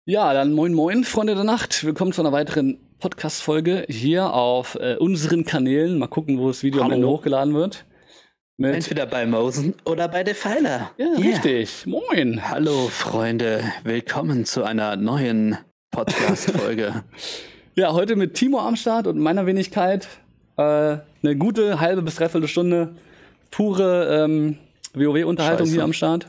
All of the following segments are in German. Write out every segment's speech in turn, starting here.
Ja, dann moin moin, Freunde der Nacht. Willkommen zu einer weiteren Podcast-Folge hier auf unseren Kanälen. Mal gucken, wo das Video am Ende hochgeladen wird. Entweder bei Mosen oder bei Defiler. Ja, richtig. Moin. Hallo, Freunde. Willkommen zu einer neuen Podcast-Folge. Ja, heute mit Timo am Start und meiner Wenigkeit. Eine gute halbe bis dreiviertel Stunde pure WoW-Unterhaltung hier am Start.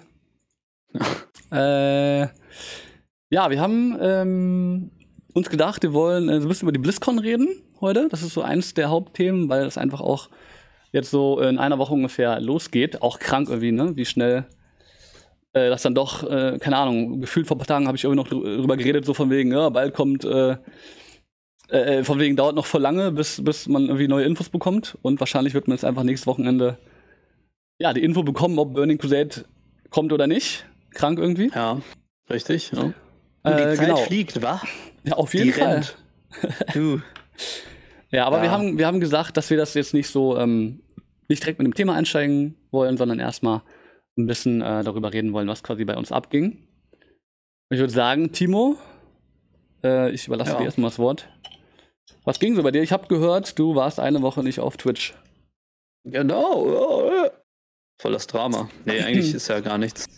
Ja, wir haben uns gedacht, wir wollen so ein bisschen über die BlizzCon reden heute. Das ist so eins der Hauptthemen, weil es einfach auch jetzt so in einer Woche ungefähr losgeht. Auch krank irgendwie, ne? Wie schnell das dann doch, keine Ahnung, gefühlt vor ein paar Tagen habe ich irgendwie noch drüber geredet, so von wegen, ja, bald kommt, von wegen dauert noch voll lange, bis man irgendwie neue Infos bekommt. Und wahrscheinlich wird man jetzt einfach nächstes Wochenende ja, die Info bekommen, ob Burning Crusade kommt oder nicht. Krank irgendwie. Ja, richtig. Ja. Und die Zeit fliegt, wa? Ja, auf jeden Fall. Du. Ja, aber wir haben gesagt, dass wir das jetzt nicht so nicht direkt mit dem Thema einsteigen wollen, sondern erstmal ein bisschen darüber reden wollen, was quasi bei uns abging. Ich würde sagen, Timo, ich überlasse dir erstmal das Wort. Was ging so bei dir? Ich habe gehört, du warst eine Woche nicht auf Twitch. Genau. Voll das Drama. Nee, eigentlich ist ja gar nichts.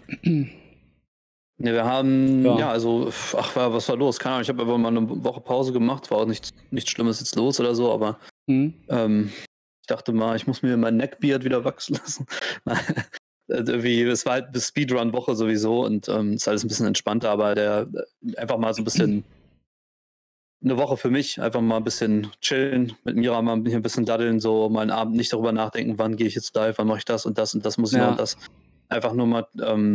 Ne, wir haben, was war los? Keine Ahnung, ich habe einfach mal eine Woche Pause gemacht, war auch nichts Schlimmes jetzt los oder so, aber ich dachte mal, ich muss mir mein Neckbeard wieder wachsen lassen. Es war halt bis Speedrun-Woche sowieso und ist alles ein bisschen entspannter, aber einfach mal so ein bisschen eine Woche für mich, einfach mal ein bisschen chillen, mit Mira mal ein bisschen daddeln, so mal einen Abend nicht darüber nachdenken, wann gehe ich jetzt live, wann mache ich das und das muss ich noch und das. Einfach nur mal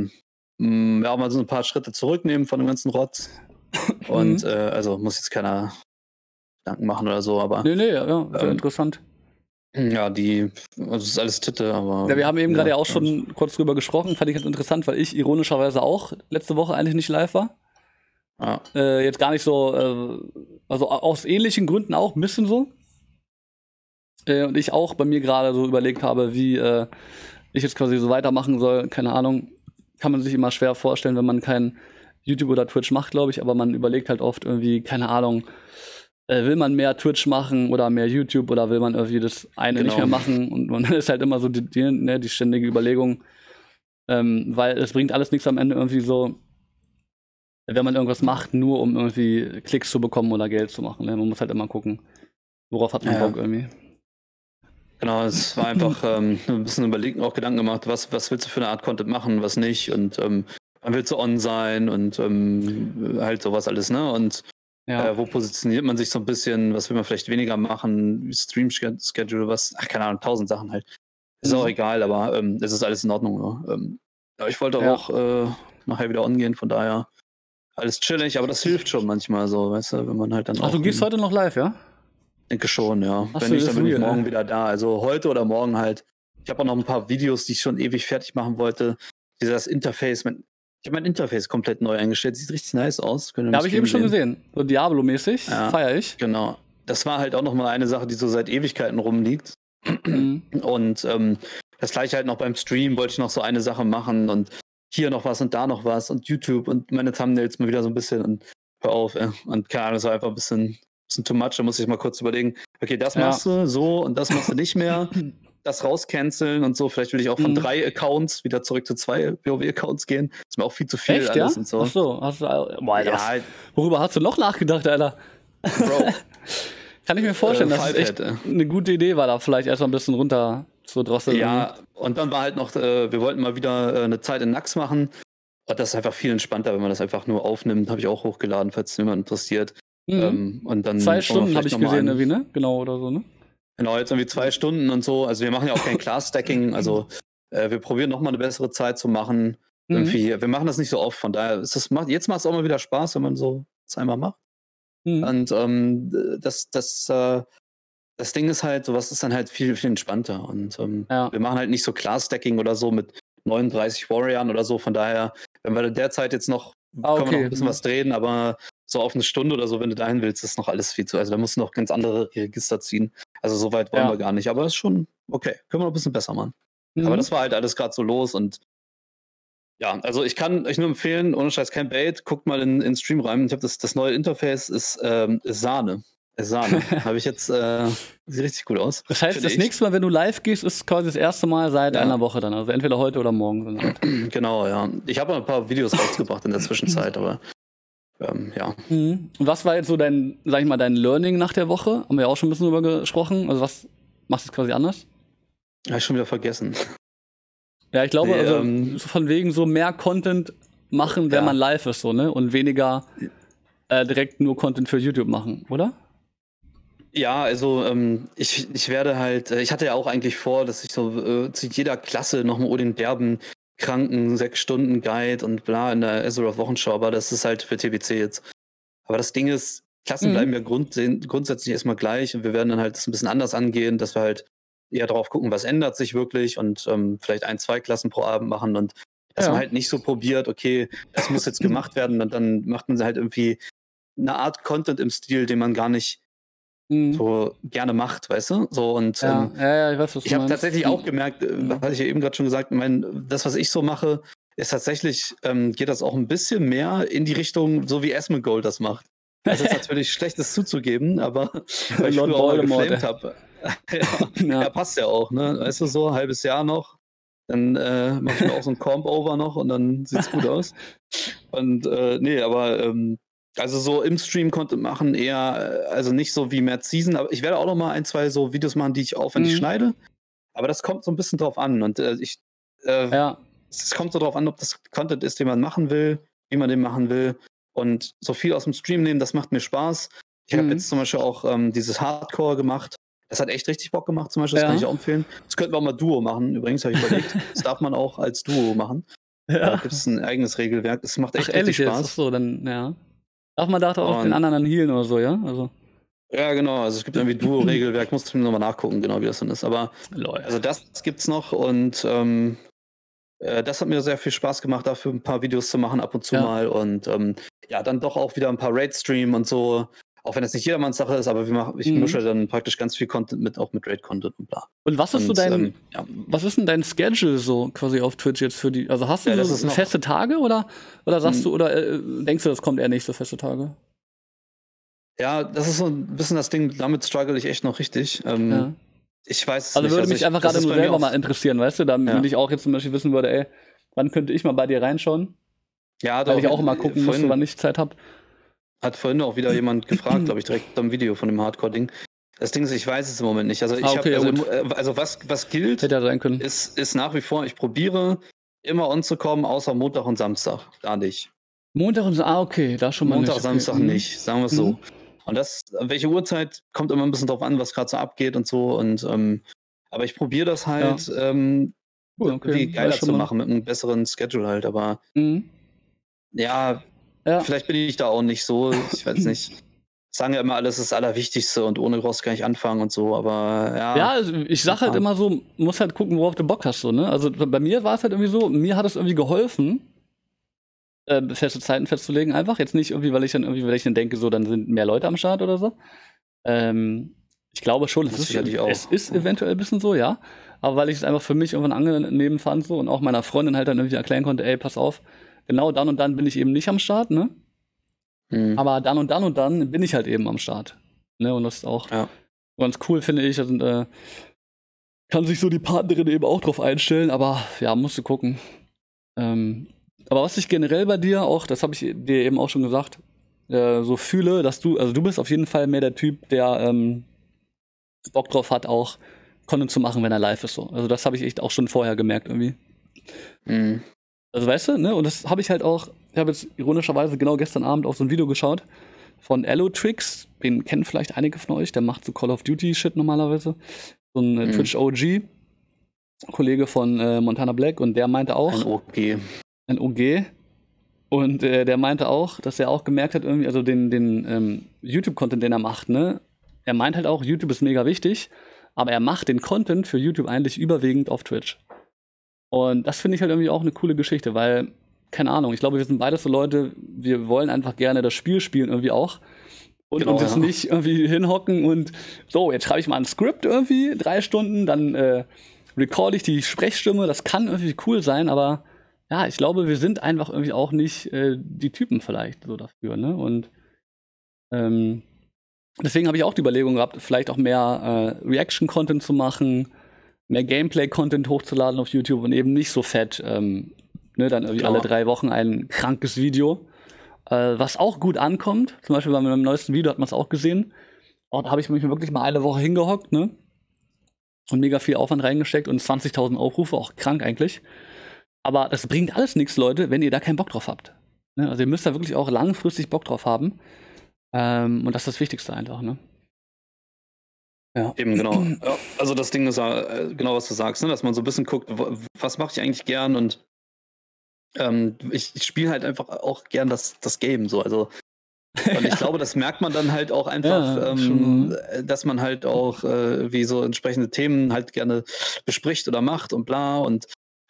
mal so ein paar Schritte zurücknehmen von dem ganzen Rotz. Und also muss jetzt keiner Gedanken machen oder so, aber. Nee, sehr interessant. Ja, also es ist alles Titte, aber. Ja, wir haben eben gerade auch schon kurz drüber gesprochen, fand ich ganz interessant, weil ich ironischerweise auch letzte Woche eigentlich nicht live war. Ja. Jetzt gar nicht so, also aus ähnlichen Gründen auch, ein bisschen so. Und ich auch bei mir gerade so überlegt habe, wie ich jetzt quasi so weitermachen soll, keine Ahnung. Kann man sich immer schwer vorstellen, wenn man kein YouTube oder Twitch macht, glaube ich, aber man überlegt halt oft irgendwie, keine Ahnung, will man mehr Twitch machen oder mehr YouTube oder will man irgendwie das eine nicht mehr machen und man ist halt immer so die ständige Überlegung, weil es bringt alles nichts am Ende irgendwie so, wenn man irgendwas macht, nur um irgendwie Klicks zu bekommen oder Geld zu machen. Ne? Man muss halt immer gucken, worauf hat man Bock irgendwie. Genau, es war einfach ein bisschen überlegt, auch Gedanken gemacht, was willst du für eine Art Content machen, was nicht und wann willst du on sein und halt sowas alles, ne? Und wo positioniert man sich so ein bisschen, was will man vielleicht weniger machen, Stream-Schedule, keine Ahnung, 1000 Sachen halt. Ist auch egal, aber es ist alles in Ordnung. Ne? Aber ich wollte auch nachher wieder on gehen, von daher alles chillig, aber das hilft schon manchmal so, weißt du, wenn man halt dann Ach, du gehst heute noch live, ja? Denke schon, ja. Wenn nicht, dann bin ich morgen wieder da. Also heute oder morgen halt. Ich habe auch noch ein paar Videos, die ich schon ewig fertig machen wollte. Das Interface, ich habe mein Interface komplett neu eingestellt. Sieht richtig nice aus. Ja, habe ich eben schon gesehen. So Diablo-mäßig. Feier ich. Genau. Das war halt auch noch mal eine Sache, die so seit Ewigkeiten rumliegt. Und das gleiche halt noch beim Stream wollte ich noch so eine Sache machen und hier noch was und da noch was und YouTube und meine Thumbnails mal wieder so ein bisschen und hör auf, Und keine Ahnung, das war einfach ein bisschen too much, da muss ich mal kurz überlegen, okay, das machst du so und das machst du nicht mehr, das rauscanceln und so, vielleicht will ich auch von 3 Accounts wieder zurück zu 2 WoW-Accounts gehen, ist mir auch viel zu viel. Echt, alles ja? Und so. Ach so, worüber hast du noch nachgedacht, Alter? Bro. Kann ich mir vorstellen, dass es echt eine gute Idee war, da vielleicht erstmal ein bisschen runter zu drosseln. Ja, und dann war halt noch, wir wollten mal wieder eine Zeit in Nax machen und das ist einfach viel entspannter, wenn man das einfach nur aufnimmt, habe ich auch hochgeladen, falls es jemand interessiert. Und dann 2 Stunden habe ich gesehen, irgendwie, ne? Genau, oder so, ne? Genau, jetzt irgendwie 2 Stunden und so. Also wir machen ja auch kein Class-Stacking. Also wir probieren nochmal eine bessere Zeit zu machen. Irgendwie, wir machen das nicht so oft, von daher jetzt macht es auch mal wieder Spaß, wenn man so es einmal macht. Und das Ding ist halt, sowas ist dann halt viel, viel entspannter. Und wir machen halt nicht so Class-Stacking oder so mit 39 Warriorn oder so. Von daher, wenn wir derzeit jetzt noch, können wir noch ein bisschen was drehen, aber so auf eine Stunde oder so, wenn du dahin willst, ist noch alles viel zu. Also da musst du noch ganz andere Register ziehen. Also so weit wollen wir gar nicht. Aber ist schon okay. Können wir noch ein bisschen besser machen. Aber das war halt alles gerade so los und Ja, also ich kann euch nur empfehlen, ohne Scheiß, kein Bait, guckt mal in Stream rein. Ich habe das neue Interface ist Sahne. Sahne. Habe ich jetzt, sieht richtig gut aus. Das heißt, das nächste Mal, wenn du live gehst, ist quasi das erste Mal seit einer Woche dann. Also entweder heute oder morgen. Genau, ja. Ich habe noch ein paar Videos rausgebracht in der Zwischenzeit, aber ja. Und was war jetzt so dein Learning nach der Woche? Haben wir ja auch schon ein bisschen drüber gesprochen. Also was machst du jetzt quasi anders? Habe ich schon wieder vergessen. Ja, ich glaube, also von wegen so mehr Content machen, wenn man live ist, so, ne? Und weniger direkt nur Content für YouTube machen, oder? Ja, also ich werde halt, ich hatte ja auch eigentlich vor, dass ich so zu jeder Klasse noch mal den derben kranken 6-Stunden-Guide und bla in der Azeroth-Wochenschau, aber das ist halt für TBC jetzt. Aber das Ding ist, Klassen bleiben ja grundsätzlich erstmal gleich und wir werden dann halt das ein bisschen anders angehen, dass wir halt eher drauf gucken, was ändert sich wirklich und vielleicht 1-2 Klassen pro Abend machen und dass man halt nicht so probiert, okay, das muss jetzt gemacht werden und dann macht man halt irgendwie eine Art Content im Stil, den man gar nicht so gerne macht, weißt du? So und ich weiß, was ich habe tatsächlich auch gemerkt, hatte ich ja eben gerade schon gesagt, das, was ich so mache, ist tatsächlich, geht das auch ein bisschen mehr in die Richtung, so wie Asmongold das macht. Das ist natürlich schlecht, das zuzugeben, aber weil ich früher auch mal geflamed habe. Ja, passt ja auch, ne? Weißt du, so ein halbes Jahr noch, dann mache ich mir auch so ein Comp-Over noch und dann sieht's gut aus. Und also so im Stream Content machen eher, also nicht so wie Mad Season, aber ich werde auch noch mal 1-2 so Videos machen, die ich aufwendig schneide. Aber das kommt so ein bisschen drauf an. Und es kommt so drauf an, ob das Content ist, den man machen will, wie man den machen will. Und so viel aus dem Stream nehmen, das macht mir Spaß. Ich habe jetzt zum Beispiel auch dieses Hardcore gemacht. Das hat echt richtig Bock gemacht, zum Beispiel. Das kann ich auch empfehlen. Das könnten wir auch mal Duo machen, übrigens, habe ich überlegt. Das darf man auch als Duo machen. Da gibt es ein eigenes Regelwerk. Das macht echt richtig Spaß. Ist so, dann, ja. Darf man da auch den anderen dann healen oder so, ja? Also. Ja, genau. Also es gibt irgendwie Duo-Regelwerk, musst du mir nochmal nachgucken, genau wie das dann ist. Aber also das gibt's noch und das hat mir sehr viel Spaß gemacht, dafür ein paar Videos zu machen ab und zu mal und dann doch auch wieder ein paar Raid-Stream und so. Auch wenn das nicht jedermanns Sache ist, aber ich mische dann praktisch ganz viel Content mit, auch mit Raid-Content und bla. Und was ist was ist denn dein Schedule so quasi auf Twitch jetzt für die? Also hast du so feste Tage oder sagst du, oder denkst du, das kommt eher nicht so feste Tage? Ja, das ist so ein bisschen das Ding, damit struggle ich echt noch richtig. Ich weiß es nicht. Würde mich einfach gerade nur selber mal interessieren, weißt du? Wenn ich auch jetzt zum Beispiel wissen würde, ey, wann könnte ich mal bei dir reinschauen? Ja, weil ich auch mal gucken muss, wann ich Zeit habe. Hat vorhin auch wieder jemand gefragt, glaube ich, direkt am Video von dem Hardcore-Ding. Das Ding ist, ich weiß es im Moment nicht. Also was gilt, hätte ja sein können. Ist nach wie vor, ich probiere immer on zu kommen, außer Montag und Samstag. Da nicht. Montag und okay, da schon mal Montag, nicht. Samstag nicht, sagen wir es so. Und welche Uhrzeit, kommt immer ein bisschen drauf an, was gerade so abgeht und so. Und aber ich probiere das halt irgendwie geiler zu machen, mit einem besseren Schedule halt. Aber vielleicht bin ich da auch nicht so, ich weiß nicht. Sagen ja immer, alles ist das Allerwichtigste und ohne brauchst du gar nicht anfangen und so, aber ja, also ich sag halt immer so, musst halt gucken, worauf du Bock hast, so, ne? Also bei mir war es halt irgendwie so, mir hat es irgendwie geholfen, feste Zeiten festzulegen einfach. Jetzt nicht irgendwie, weil ich dann denke, so, dann sind mehr Leute am Start oder so. Ich glaube schon, es ist eventuell ein bisschen so, ja. Aber weil ich es einfach für mich irgendwann angenehm fand so und auch meiner Freundin halt dann irgendwie erklären konnte, ey, pass auf, genau dann und dann bin ich eben nicht am Start, ne? Aber dann und dann und dann bin ich halt eben am Start. Ne? Und das ist auch ganz cool, finde ich. Und, kann sich so die Partnerin eben auch drauf einstellen, aber ja, musst du gucken. Aber was ich generell bei dir auch, das habe ich dir eben auch schon gesagt, so fühle, dass du bist auf jeden Fall mehr der Typ, der Bock drauf hat, auch Content zu machen, wenn er live ist. So. Also das habe ich echt auch schon vorher gemerkt irgendwie. Also weißt du, ne? Und das habe ich halt auch, ich habe jetzt ironischerweise genau gestern Abend auf so ein Video geschaut von Allotrix, den kennen vielleicht einige von euch, der macht so Call of Duty Shit normalerweise. So ein Twitch OG, Kollege von Montana Black, und der meinte auch. Ein OG. Und der meinte auch, dass er auch gemerkt hat, irgendwie, also den YouTube-Content, den er macht, ne? Er meint halt auch, YouTube ist mega wichtig, aber er macht den Content für YouTube eigentlich überwiegend auf Twitch. Und das finde ich halt irgendwie auch eine coole Geschichte, weil, keine Ahnung, ich glaube, wir sind beides so Leute, wir wollen einfach gerne das Spiel spielen irgendwie auch. Und uns jetzt nicht irgendwie hinhocken und so, jetzt schreibe ich mal ein Skript irgendwie, 3 Stunden, dann recorde ich die Sprechstimme, das kann irgendwie cool sein, aber ja, ich glaube, wir sind einfach irgendwie auch nicht die Typen vielleicht so dafür, ne? Und deswegen habe ich auch die Überlegung gehabt, vielleicht auch mehr Reaction-Content zu machen, mehr Gameplay-Content hochzuladen auf YouTube und eben nicht so fett, dann irgendwie alle 3 Wochen ein krankes Video. Was auch gut ankommt, zum Beispiel bei meinem neuesten Video hat man es auch gesehen. Da habe ich mich wirklich mal eine Woche hingehockt, ne? Und mega viel Aufwand reingesteckt und 20.000 Aufrufe, auch krank eigentlich. Aber das bringt alles nichts, Leute, wenn ihr da keinen Bock drauf habt. Ne? Also ihr müsst da wirklich auch langfristig Bock drauf haben. Und das ist das Wichtigste einfach, ne? Ja. Eben, genau. Ja, also das Ding ist genau, was du sagst, ne? Dass man so ein bisschen guckt, was mache ich eigentlich gern und ich spiele halt einfach auch gern das Game so. Also und ich glaube, das merkt man dann halt auch einfach, dass man halt auch wie so entsprechende Themen halt gerne bespricht oder macht und bla. Und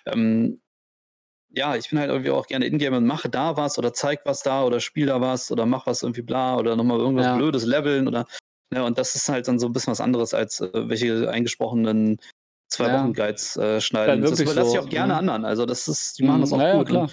ja, ich bin halt irgendwie auch gerne in-game und mache da was oder zeig was da oder spiel da was oder mach was irgendwie bla oder nochmal irgendwas Blödes leveln oder und das ist halt dann so ein bisschen was anderes als welche eingesprochenen 2-Wochen-Guides schneiden. Das überlasse ich auch gerne anderen. Also die machen das auch gut. Klar.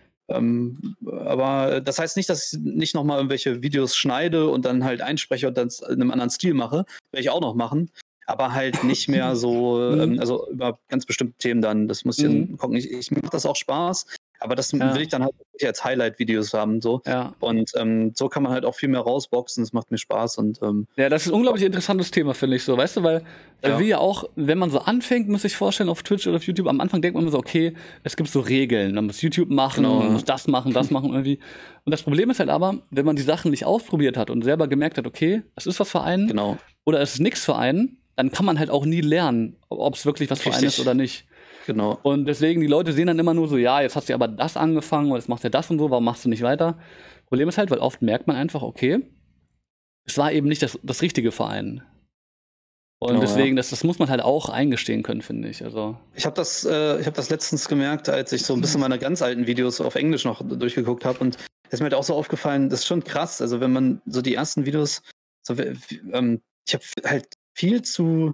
Aber das heißt nicht, dass ich nicht nochmal irgendwelche Videos schneide und dann halt einspreche und dann in einem anderen Stil mache. Werde ich auch noch machen. Aber halt nicht mehr so, also über ganz bestimmte Themen dann. Das muss ich dann gucken. Ich mache das auch Spaß, aber das will ich dann halt als Highlight-Videos haben. So. Ja. Und so kann man halt auch viel mehr rausboxen. Das macht mir Spaß. Und, ja, das ist ein unglaublich interessantes Thema, finde ich so. Weißt du, weil wir ja auch, wenn man so anfängt, muss ich vorstellen, auf Twitch oder auf YouTube, am Anfang denkt man immer so, okay, es gibt so Regeln. Man muss YouTube machen, man muss das machen irgendwie. Und das Problem ist halt aber, wenn man die Sachen nicht ausprobiert hat und selber gemerkt hat, okay, es ist was für einen oder es ist nichts für einen, dann kann man halt auch nie lernen, ob es wirklich was für einen ist oder nicht. Genau. Und deswegen, die Leute sehen dann immer nur so, ja, jetzt hast du aber das angefangen oder jetzt machst du ja das und so, warum machst du nicht weiter? Problem ist halt, weil oft merkt man einfach, okay, es war eben nicht das richtige für einen. Und deswegen, das muss man halt auch eingestehen können, finde ich. Also ich habe das letztens gemerkt, als ich so ein bisschen meine ganz alten Videos auf Englisch noch durchgeguckt habe. Und es ist mir halt auch so aufgefallen, das ist schon krass. Also wenn man so die ersten Videos, so, ich habe halt viel zu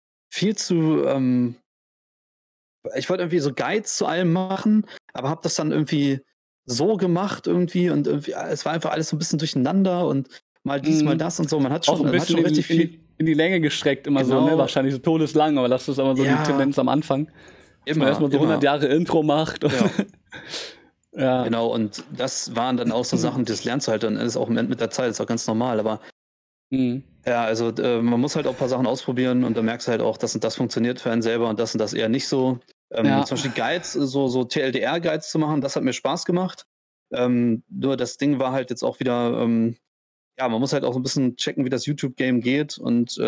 ich wollte irgendwie so Guides zu allem machen, aber habe das dann irgendwie so gemacht irgendwie und irgendwie, es war einfach alles so ein bisschen durcheinander und mal dies, mal das und so. Man hat schon, auch ein bisschen richtig viel in die Länge gestreckt, immer so, ne? Wahrscheinlich so todeslang, aber das ist aber so die Tendenz am Anfang. Dass man erstmal so 100 Jahre Intro macht. Ja. Genau, und das waren dann auch so Sachen, das lernst du halt dann ist auch mit der Zeit, ist auch ganz normal, aber ja, also man muss halt auch ein paar Sachen ausprobieren und dann merkst du halt auch, das und das funktioniert für einen selber und das eher nicht so. Zum Beispiel Guides, so TLDR-Guides zu machen, das hat mir Spaß gemacht. Nur das Ding war halt jetzt auch wieder, man muss halt auch so ein bisschen checken, wie das YouTube-Game geht und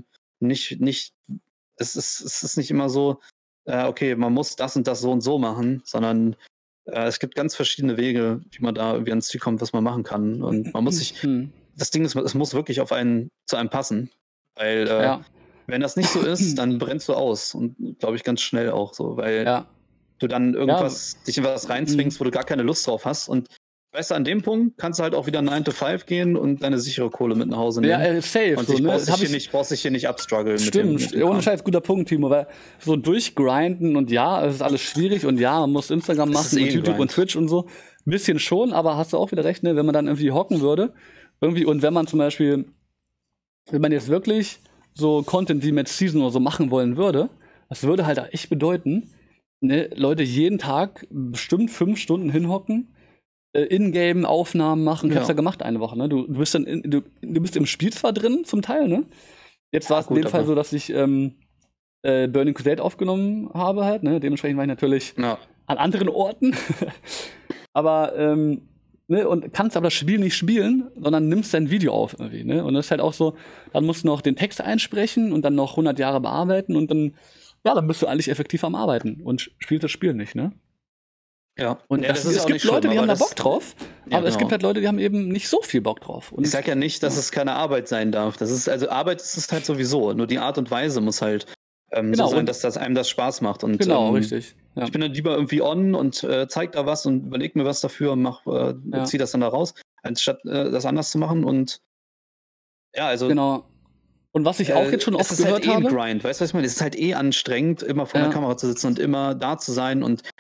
es ist nicht immer so, okay, man muss das und das so und so machen, sondern es gibt ganz verschiedene Wege, wie man da irgendwie ans Ziel kommt, was man machen kann. Und man muss sich, das Ding ist, es muss wirklich zu einem passen, weil wenn das nicht so ist, dann brennst du aus und glaube ich ganz schnell auch so, weil du dann dich in was reinzwingst, wo du gar keine Lust drauf hast und weißt du, an dem Punkt kannst du halt auch wieder 9 to 5 gehen und deine sichere Kohle mit nach Hause nehmen. Ja, safe. Und brauchst dich hier nicht abstruggeln. Stimmt, ohne Scheiß, guter Punkt, Timo, weil so durchgrinden und es ist alles schwierig und man muss Instagram machen und YouTube und Twitch und so. Ein bisschen schon, aber hast du auch wieder recht, ne, wenn man dann irgendwie hocken würde, und wenn man zum Beispiel, wenn man jetzt wirklich so Content wie Match Season oder so machen wollen würde, das würde halt echt bedeuten, ne, Leute jeden Tag bestimmt 5 Stunden hinhocken, In-Game-Aufnahmen machen. Ich hab's ja gemacht eine Woche, ne? Du bist dann du bist im Spiel zwar drin, zum Teil, ne? Jetzt war es in dem Fall so, dass ich Burning Crusade aufgenommen habe halt, ne? Dementsprechend war ich natürlich an anderen Orten. Aber, ne, und kannst aber das Spiel nicht spielen, sondern nimmst dein Video auf irgendwie, ne? Und das ist halt auch so, dann musst du noch den Text einsprechen und dann noch 100 Jahre bearbeiten und dann bist du eigentlich effektiv am Arbeiten und spielst das Spiel nicht, ne? Ja, und es gibt Leute, die haben da Bock drauf, aber es gibt halt Leute, die haben eben nicht so viel Bock drauf. Und ich sag ja nicht, dass es keine Arbeit sein darf. Also Arbeit ist es halt sowieso, nur die Art und Weise muss halt so sein, dass das einem das Spaß macht. Und, richtig. Ja. Ich bin dann lieber irgendwie on und zeig da was und überleg mir was dafür und zieh das dann da raus, anstatt das anders zu machen. Und also genau. Und was ich auch jetzt schon oft gehört habe. Es ist halt ein Grind, weißt du, was ich meine? Es ist halt anstrengend, immer vor der Kamera zu sitzen und immer da zu sein und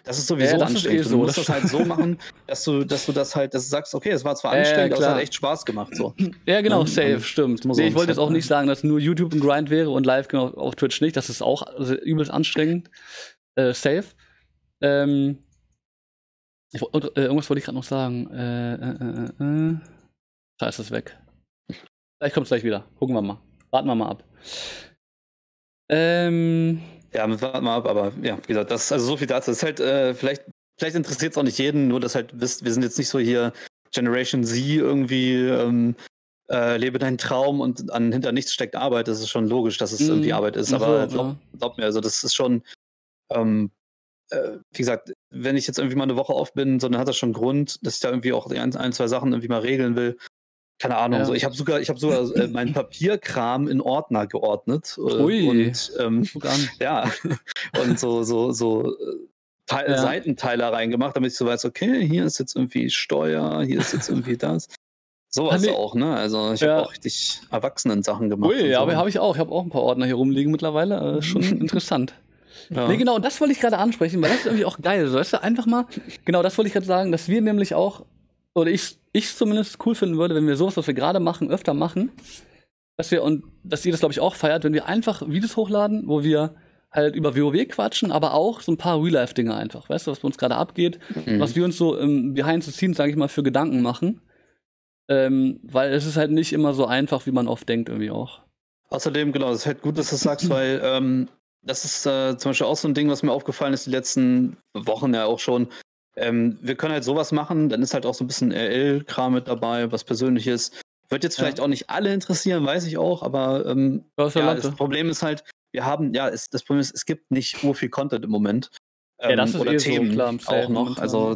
Das ist sowieso anstrengend. Du musst das halt so machen, dass du sagst, okay, es war zwar anstrengend, aber es hat echt Spaß gemacht. So. Ja, genau, safe, stimmt. Nee, ich wollte jetzt auch nicht sagen, dass nur YouTube ein Grind wäre und live genau auf Twitch nicht. Das ist auch übelst anstrengend. Safe. Irgendwas wollte ich gerade noch sagen. Scheiße, ist weg. Vielleicht kommt es gleich wieder. Gucken wir mal. Warten wir mal ab. Ja, wir warten mal ab, aber ja, wie gesagt, also so viel dazu. Das ist halt, vielleicht interessiert es auch nicht jeden, nur dass halt wisst, wir sind jetzt nicht so hier Generation Z irgendwie, lebe deinen Traum und hinter nichts steckt Arbeit. Das ist schon logisch, dass es irgendwie Arbeit ist, aber glaubt mir, also das ist schon, wie gesagt, wenn ich jetzt irgendwie mal eine Woche auf bin, dann hat das schon einen Grund, dass ich da irgendwie auch ein, zwei Sachen irgendwie mal regeln will. Keine Ahnung, ja. So, ich habe sogar meinen Papierkram in Ordner geordnet. Ui. Und ja, und so Seitenteiler reingemacht, damit ich so weiß, okay, hier ist jetzt irgendwie Steuer, hier ist jetzt irgendwie das. Sowas auch, ne? Also ich habe auch richtig Erwachsenen-Sachen gemacht. Ui, ja, aber habe ich auch. Ich habe auch ein paar Ordner hier rumliegen mittlerweile. Schon interessant. Ja. Nee, genau, das wollte ich gerade ansprechen, weil das ist irgendwie auch geil. So, weißt du, einfach mal, genau, das wollte ich gerade sagen, dass wir nämlich auch, oder ich zumindest cool finden würde, wenn wir sowas, was wir gerade machen, öfter machen, dass ihr das, glaube ich, auch feiert, wenn wir einfach Videos hochladen, wo wir halt über WoW quatschen, aber auch so ein paar Real-Life-Dinge einfach, weißt du, was bei uns gerade abgeht, was wir uns so behind the scenes, sage ich mal, für Gedanken machen, weil es ist halt nicht immer so einfach, wie man oft denkt irgendwie auch. Außerdem, genau, das ist halt gut, dass du das sagst, weil das ist zum Beispiel auch so ein Ding, was mir aufgefallen ist die letzten Wochen ja auch schon. Wir können halt sowas machen, dann ist halt auch so ein bisschen RL-Kram mit dabei, was Persönliches. Wird jetzt vielleicht auch nicht alle interessieren, weiß ich auch, aber das Problem ist halt, das Problem ist, es gibt nicht so viel Content im Moment. Das ist oder Themen so, klar, auch noch. Also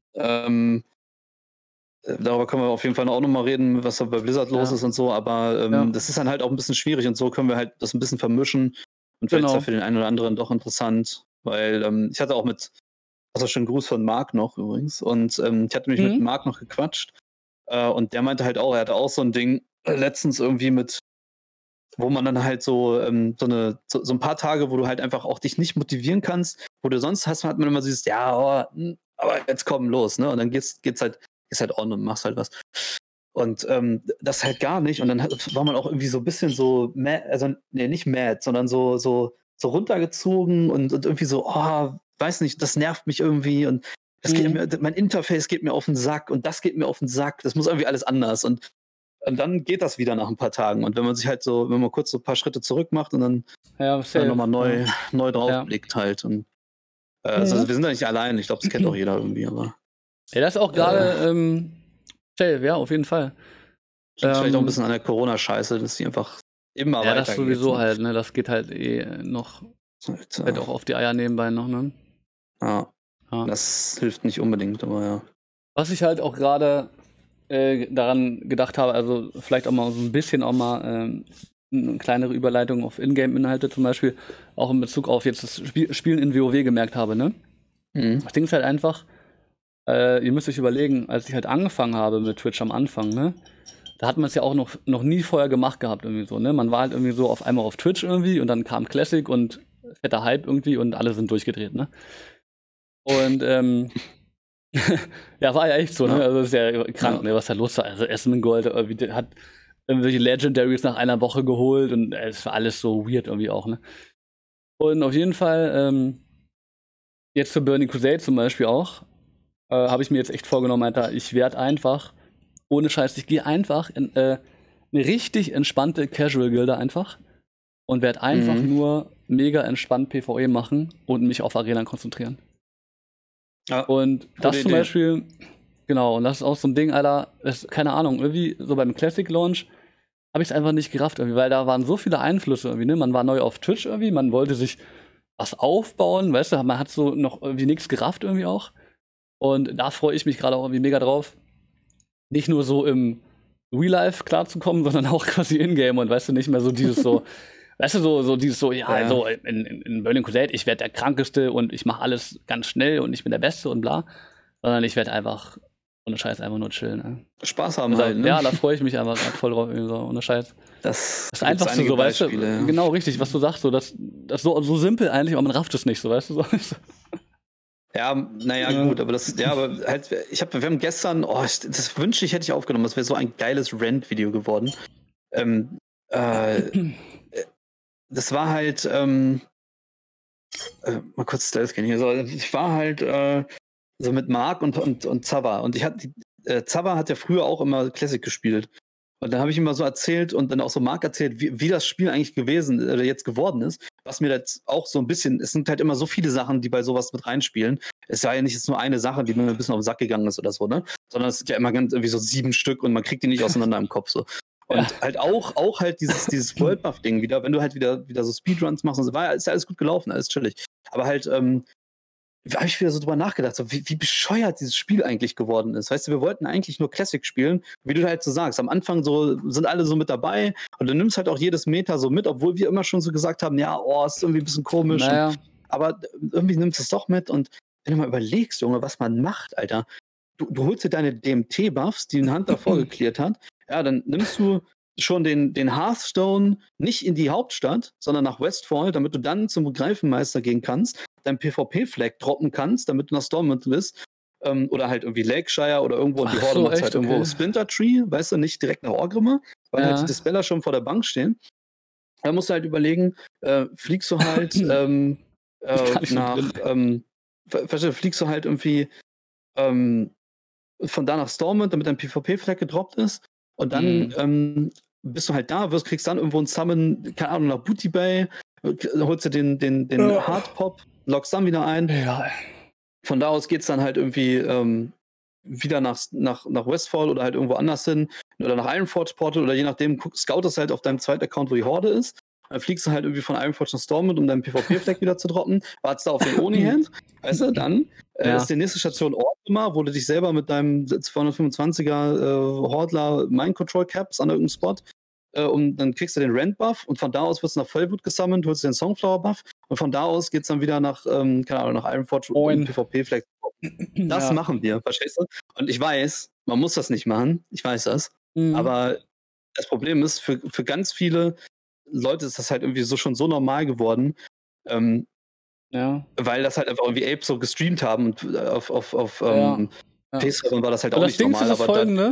darüber können wir auf jeden Fall auch noch mal reden, was da bei Blizzard los ist und so, aber das ist dann halt auch ein bisschen schwierig und so können wir halt das ein bisschen vermischen und vielleicht ist das für den einen oder anderen doch interessant, weil ich hatte auch also schönen Gruß von Marc noch übrigens. Und ich hatte mich mit Marc noch gequatscht. Und der meinte halt auch, er hatte auch so ein Ding letztens irgendwie wo man dann halt so ein paar Tage, wo du halt einfach auch dich nicht motivieren kannst, wo du sonst hat man immer dieses, aber jetzt komm los, ne? Und dann geht's halt on und machst halt was. Und das halt gar nicht. Und dann war man auch irgendwie so ein bisschen so nicht mad, sondern so runtergezogen und irgendwie so, weiß nicht, das nervt mich irgendwie und mein Interface geht mir auf den Sack und das geht mir auf den Sack. Das muss irgendwie alles anders. Und dann geht das wieder nach ein paar Tagen. Und wenn man sich halt wenn man kurz so ein paar Schritte zurück macht und dann nochmal neu draufblickt halt. Und also wir sind da nicht allein. Ich glaube, das kennt auch jeder irgendwie, aber. Ja, das ist auch gerade safe, ja, auf jeden Fall. Vielleicht auch ein bisschen an der Corona-Scheiße, dass die einfach immer weitergeht. Ja, das sowieso halt, ne? Das geht halt noch halt auch auf die Eier nebenbei noch, ne? Ja. Das hilft nicht unbedingt, aber ja. Was ich halt auch gerade daran gedacht habe, also vielleicht auch mal so ein bisschen eine kleinere Überleitung auf Ingame-Inhalte zum Beispiel, auch in Bezug auf jetzt das Spielen in WoW gemerkt habe, ne? Das Ding ist halt einfach, ihr müsst euch überlegen, als ich halt angefangen habe mit Twitch am Anfang, ne? Da hat man es ja auch noch nie vorher gemacht gehabt irgendwie so, ne? Man war halt irgendwie so auf einmal auf Twitch irgendwie und dann kam Classic und fetter Hype irgendwie und alle sind durchgedreht, ne? Und ja, war ja echt so, ne? Also das ist ja krank, ne? Was da los war. Also Asmongold hat irgendwelche Legendaries nach einer Woche geholt und es war alles so weird irgendwie auch, ne? Und auf jeden Fall, jetzt für Burning Crusade zum Beispiel auch, habe ich mir jetzt echt vorgenommen, Alter, ich werde einfach, ohne Scheiß, ich gehe einfach in eine richtig entspannte Casual-Gilde einfach und werde einfach nur mega entspannt PvE machen und mich auf Arenen konzentrieren. Ja, und das zum Beispiel, genau, und das ist auch so ein Ding, Alter, keine Ahnung, irgendwie so beim Classic Launch habe ich es einfach nicht gerafft irgendwie, weil da waren so viele Einflüsse irgendwie, ne? Man war neu auf Twitch irgendwie, man wollte sich was aufbauen, weißt du, man hat so noch irgendwie nichts gerafft irgendwie auch. Und da freue ich mich gerade auch irgendwie mega drauf, nicht nur so im Real Life klarzukommen, sondern auch quasi in-game und weißt du, nicht mehr so dieses so, weißt du, so dieses so, so in Burning Crusade, ich werde der Krankeste und ich mache alles ganz schnell und ich bin der Beste und bla, sondern ich werde einfach ohne Scheiß einfach nur chillen. Ne? Spaß haben halt, ne? Ja, da freue ich mich einfach voll drauf, so, ohne Scheiß. Das ist einfach so, weißt du, genau richtig, was du sagst, so, das so simpel eigentlich, aber man rafft es nicht, so, weißt du, so. Ja, naja, gut, aber aber halt, wir haben gestern, das wünschte ich, hätte ich aufgenommen, das wäre so ein geiles Rant-Video geworden. Das war halt, mal kurz Stealth hier. So, ich war halt so mit Marc und Zava. Und Zava hat ja früher auch immer Classic gespielt. Und dann habe ich ihm mal so erzählt und dann auch so Marc erzählt, wie das Spiel eigentlich jetzt geworden ist. Was mir jetzt auch so ein bisschen, es sind halt immer so viele Sachen, die bei sowas mit reinspielen. Es war ja nicht jetzt nur eine Sache, die mir ein bisschen auf den Sack gegangen ist oder so, ne? Sondern es sind ja immer ganz irgendwie so 7 Stück und man kriegt die nicht auseinander im Kopf so. Und halt auch halt dieses World Buff-Ding wieder, wenn du halt wieder so Speedruns machst und so, ist ja alles gut gelaufen, alles chillig. Aber halt, habe ich wieder so drüber nachgedacht, so wie bescheuert dieses Spiel eigentlich geworden ist. Weißt du, wir wollten eigentlich nur Classic spielen, wie du halt so sagst. Am Anfang so sind alle so mit dabei und du nimmst halt auch jedes Meta so mit, obwohl wir immer schon so gesagt haben, ja, ist irgendwie ein bisschen komisch. Naja. Aber irgendwie nimmst du es doch mit und wenn du mal überlegst, Junge, was man macht, Alter. Du holst dir deine DMT-Buffs, die ein Hunter vorgeklärt hat. Ja, dann nimmst du schon den Hearthstone nicht in die Hauptstadt, sondern nach Westfall, damit du dann zum Greifenmeister gehen kannst, dein PvP-Flag droppen kannst, damit du nach Stormwind bist. Oder halt irgendwie Lakeshire oder irgendwo und die Horde macht halt irgendwo Splinter Tree, weißt du, nicht direkt nach Orgrimmar, weil halt die Dispeller schon vor der Bank stehen. Da musst du halt überlegen, fliegst du halt fliegst du halt irgendwie von da nach Stormwind, damit dein PvP-Flag gedroppt ist. Und dann bist du halt da, kriegst dann irgendwo einen Summon, keine Ahnung, nach Booty Bay, holst du den Hardpop, loggst dann wieder ein. Ja. Von da aus geht's dann halt irgendwie wieder nach Westfall oder halt irgendwo anders hin oder nach Ironforge Portal oder je nachdem, scoutest halt auf deinem zweiten Account, wo die Horde ist. Dann fliegst du halt irgendwie von Ironforge nach Stormwind, um deinen PvP-Flag wieder zu droppen. Wartest da auf den Oni-Hand, weißt du, dann ist die nächste Station Orgrimmar, wo du dich selber mit deinem 225er Hordler Mind-Control-Caps an irgendeinem Spot und dann kriegst du den Rend-Buff und von da aus wirst du nach Vollwood gesammelt, holst den Songflower-Buff und von da aus geht's dann wieder nach, keine Ahnung, nach Ironforge und PvP-Flag. Das machen wir, verstehst du? Und ich weiß, man muss das nicht machen, ich weiß das, aber das Problem ist, für ganz viele Leute ist das halt irgendwie schon so normal geworden, weil das halt einfach irgendwie Apes so gestreamt haben und auf PC-Servern war das halt auch nicht normal. Das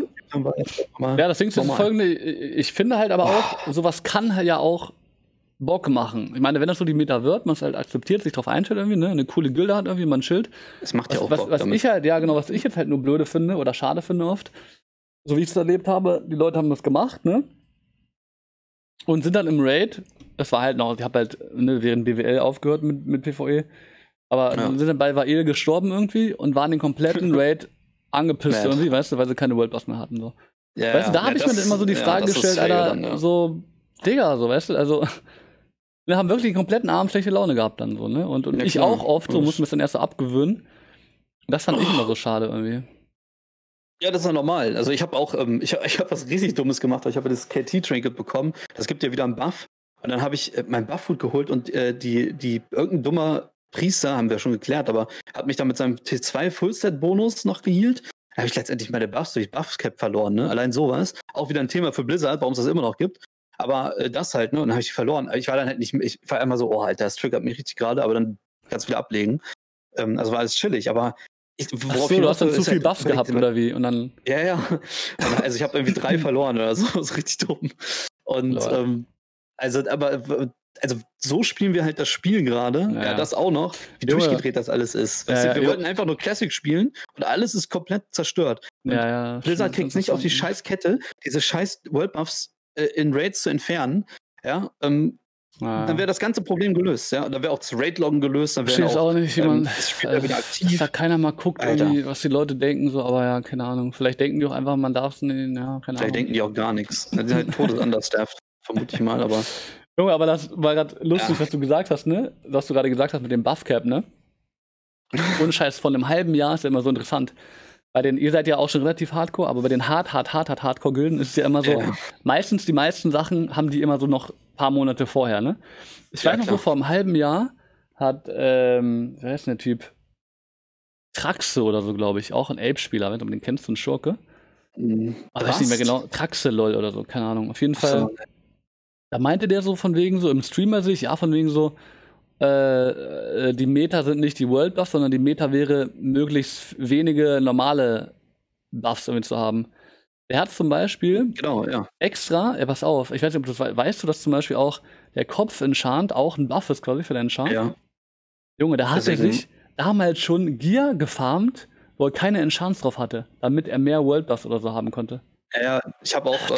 Ding ist das Folgende, ich finde halt aber auch, sowas kann halt ja auch Bock machen. Ich meine, wenn das so die Meta wird, man es halt akzeptiert, sich drauf einstellt irgendwie, ne, eine coole Gilde hat irgendwie, man chillt. Das macht ja auch Bock was ich halt, was ich jetzt halt nur blöde finde oder schade finde oft, so wie ich es erlebt habe, die Leute haben das gemacht, ne, und sind dann im Raid, das war halt noch, ich habe halt während BWL aufgehört mit PvE, aber sind dann bei Vael gestorben irgendwie und waren den kompletten Raid angepisst irgendwie, weißt du, weil sie keine World Boss mehr hatten. So. Ja, weißt du, da habe ich mir dann immer so die Frage gestellt, Alter, dann, so, Digga, so, weißt du, also, wir haben wirklich einen kompletten Abend schlechte Laune gehabt dann so, ne? Und ich auch oft, so mussten wir es dann erst so abgewöhnen. Das fand ich immer so schade irgendwie. Ja, das ist ja normal. Also ich habe auch, ich hab was riesig Dummes gemacht. Ich habe das KT-Trinket bekommen. Das gibt ja wieder einen Buff. Und dann habe ich mein Buff-Food geholt und irgendein dummer Priester, haben wir schon geklärt, aber hat mich dann mit seinem T2 Fullset-Bonus noch gehealt. Da habe ich letztendlich meine Buffs durch Buffs-Cap verloren, ne? Allein sowas. Auch wieder ein Thema für Blizzard, warum es das immer noch gibt. Aber das halt, ne? Und dann habe ich verloren. Ich war dann halt nicht, ich war immer so, Alter, das triggert mich richtig gerade, aber dann kannst du wieder ablegen. Also war alles chillig, aber du hast dann zu viel Buffs gehabt, oder wie? Und dann ja. Also ich habe irgendwie 3 verloren oder so. Das ist richtig dumm. Und also so spielen wir halt das Spiel gerade. Ja, das auch noch. Wie durchgedreht das alles ist. Wir wollten einfach nur Classic spielen und alles ist komplett zerstört. Blizzard kriegt es nicht auf die scheiß Kette, diese scheiß World Buffs in Raids zu entfernen. Ja, dann wäre das ganze Problem gelöst. Ja, dann wäre auch das Raid-Loggen gelöst. Dann wäre auch nicht, das Spiel wieder aktiv. Dass da keiner mal guckt, was die Leute denken, so, aber ja, keine Ahnung. Vielleicht denken die auch einfach, man darf es nicht, keine Ahnung. Vielleicht denken die auch gar nichts. Die sind halt total understaffed, vermute ich mal, aber. Junge, aber das war gerade lustig, was du gesagt hast, ne? Was du gerade gesagt hast mit dem Buff-Cap, ne? Ohne Scheiß, von einem halben Jahr ist ja immer so interessant. Ihr seid ja auch schon relativ hardcore, aber bei den Hardcore-Gilden ist es ja immer so, meistens die meisten Sachen haben die immer so noch ein paar Monate vorher, ne? Ich weiß noch so, vor einem halben Jahr hat, wer ist denn der Typ? Traxe oder so, glaube ich, auch ein Ape-Spieler, wenn du den kennst, so ein Schurke. Aber weiß nicht mehr genau, Traxe lol oder so, keine Ahnung. Auf jeden Fall, da meinte der so von wegen so, im Streamer sich, von wegen so, die Meta sind nicht die World Buffs, sondern die Meta wäre, möglichst wenige normale Buffs irgendwie zu haben. Der hat zum Beispiel extra, pass auf, ich weiß nicht, ob du das weißt, dass zum Beispiel auch der Kopf-Enchant auch ein Buff ist quasi für den Enchant? Ja. Junge, der hatte sich damals schon Gear gefarmt, wo er keine Enchants drauf hatte, damit er mehr World Buffs oder so haben konnte. Ja, ich habe auch,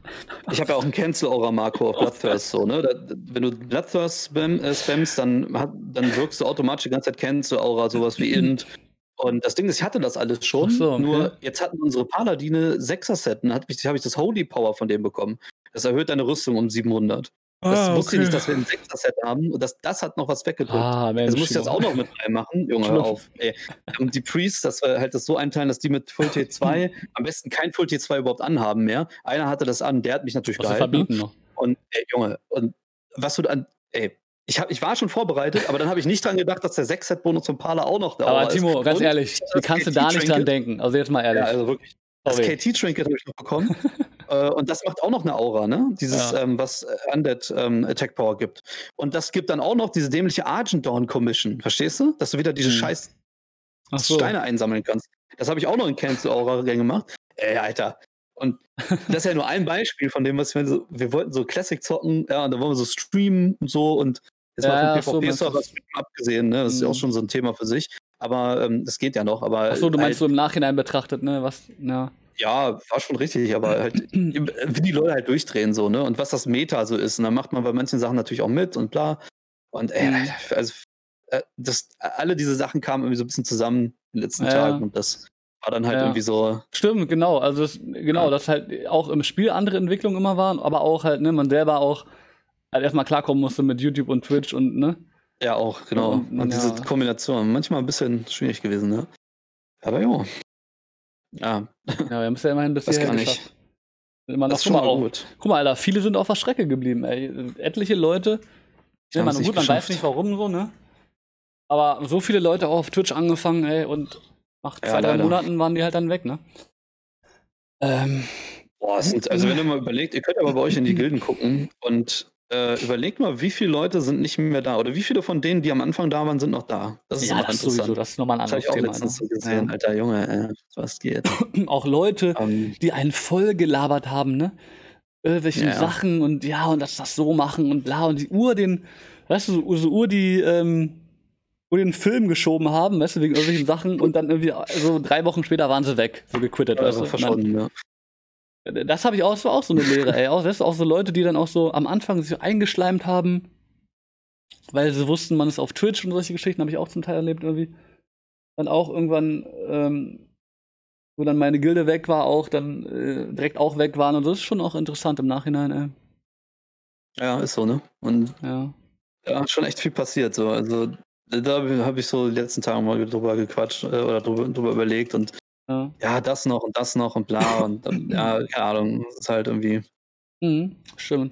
ja auch ein Cancel-Aura-Makro auf Bloodthirst, so, ne? Wenn du Bloodthirst spammst, dann wirkst du automatisch die ganze Zeit Cancel-Aura, sowas wie Int. Und das Ding ist, ich hatte das alles schon, okay. Nur jetzt hatten unsere Paladine 6er-Setten, habe ich das Holy Power von dem bekommen. Das erhöht deine Rüstung um 700. Das wusste ich nicht, dass wir ein 6er-Set haben. Und das hat noch was weggedrückt. Das muss ich jetzt auch noch mit reinmachen. Junge, hör auf. Ey. Und die Priests, dass wir halt das so einteilen, dass die mit Full T2 am besten kein Full T2 überhaupt anhaben mehr. Einer hatte das an, der hat mich natürlich gehalten. Verbieten noch. Und Junge, und was du dann, ich war schon vorbereitet, aber dann habe ich nicht dran gedacht, dass der 6-Set-Bonus vom Parler auch noch da ist. Aber Timo, ganz ehrlich, wie kannst du da nicht dran denken? Also jetzt mal ehrlich. Ja, also wirklich. Das KT-Trinket habe ich noch bekommen. Und das macht auch noch eine Aura, ne? Dieses, was Undead Attack Power gibt. Und das gibt dann auch noch diese dämliche Argent Dawn Commission. Verstehst du? Dass du wieder diese scheiß Steine einsammeln kannst. Das habe ich auch noch in Cancel-Aura gemacht. Alter. Und das ist ja nur ein Beispiel von dem, was wir wollten so Classic zocken, ja, und da wollen wir so streamen und so. Und jetzt mal vom PvP-Server abgesehen, ne? Das ist ja auch schon so ein Thema für sich. Aber das geht ja noch. Aber du meinst halt, so im Nachhinein betrachtet, ne? Was, ja, war schon richtig, aber halt, wie die Leute halt durchdrehen, so, ne? Und was das Meta so ist. Und dann macht man bei manchen Sachen natürlich auch mit und bla. Und also alle diese Sachen kamen irgendwie so ein bisschen zusammen in den letzten Tagen und das war dann halt irgendwie so. Stimmt, genau. Also dass halt auch im Spiel andere Entwicklungen immer waren, aber auch halt, ne, man selber auch halt erstmal klarkommen musste mit YouTube und Twitch und, ne? Ja, auch, genau. Und diese Kombination, manchmal ein bisschen schwierig gewesen, ne? Aber jo. Ja. Ja, wir haben es ja immerhin bis hierher geschafft. Das ist schon mal gut. Guck mal, Alter, viele sind auf der Strecke geblieben, ey. Etliche Leute. Ja, man weiß nicht warum so, ne? Aber so viele Leute auch auf Twitch angefangen, ey, und nach 2-3 Monaten waren die halt dann weg, ne? Also wenn ihr mal überlegt, ihr könnt aber bei euch in die Gilden gucken und überlegt mal, wie viele Leute sind nicht mehr da oder wie viele von denen, die am Anfang da waren, sind noch da. Das ist das sowieso, das ist nochmal ein anderes Thema. Das habe ich auch letztens gesehen, Alter Junge, was geht. Auch Leute, die einen voll gelabert haben, ne? Irgendwelche Sachen und und das so machen und bla und die den Film geschoben haben, weißt du, wegen irgendwelchen Sachen und dann irgendwie so 3 Wochen später waren sie weg, so gequittet, weißt du? Verschwunden, ja. Das habe ich auch, das war auch so eine Lehre, ey. Das ist auch so Leute, die dann auch so am Anfang sich eingeschleimt haben, weil sie wussten, man ist auf Twitch und solche Geschichten, habe ich auch zum Teil erlebt irgendwie. Dann auch irgendwann, wo dann meine Gilde weg war, auch dann direkt auch weg waren und so. Das ist schon auch interessant im Nachhinein, ey. Ja, ist so, ne? Und da ist schon echt viel passiert, so. Also da habe ich so die letzten Tage mal drüber gequatscht oder drüber überlegt und das noch und bla und dann, keine Ahnung, das ist halt irgendwie. Stimmt.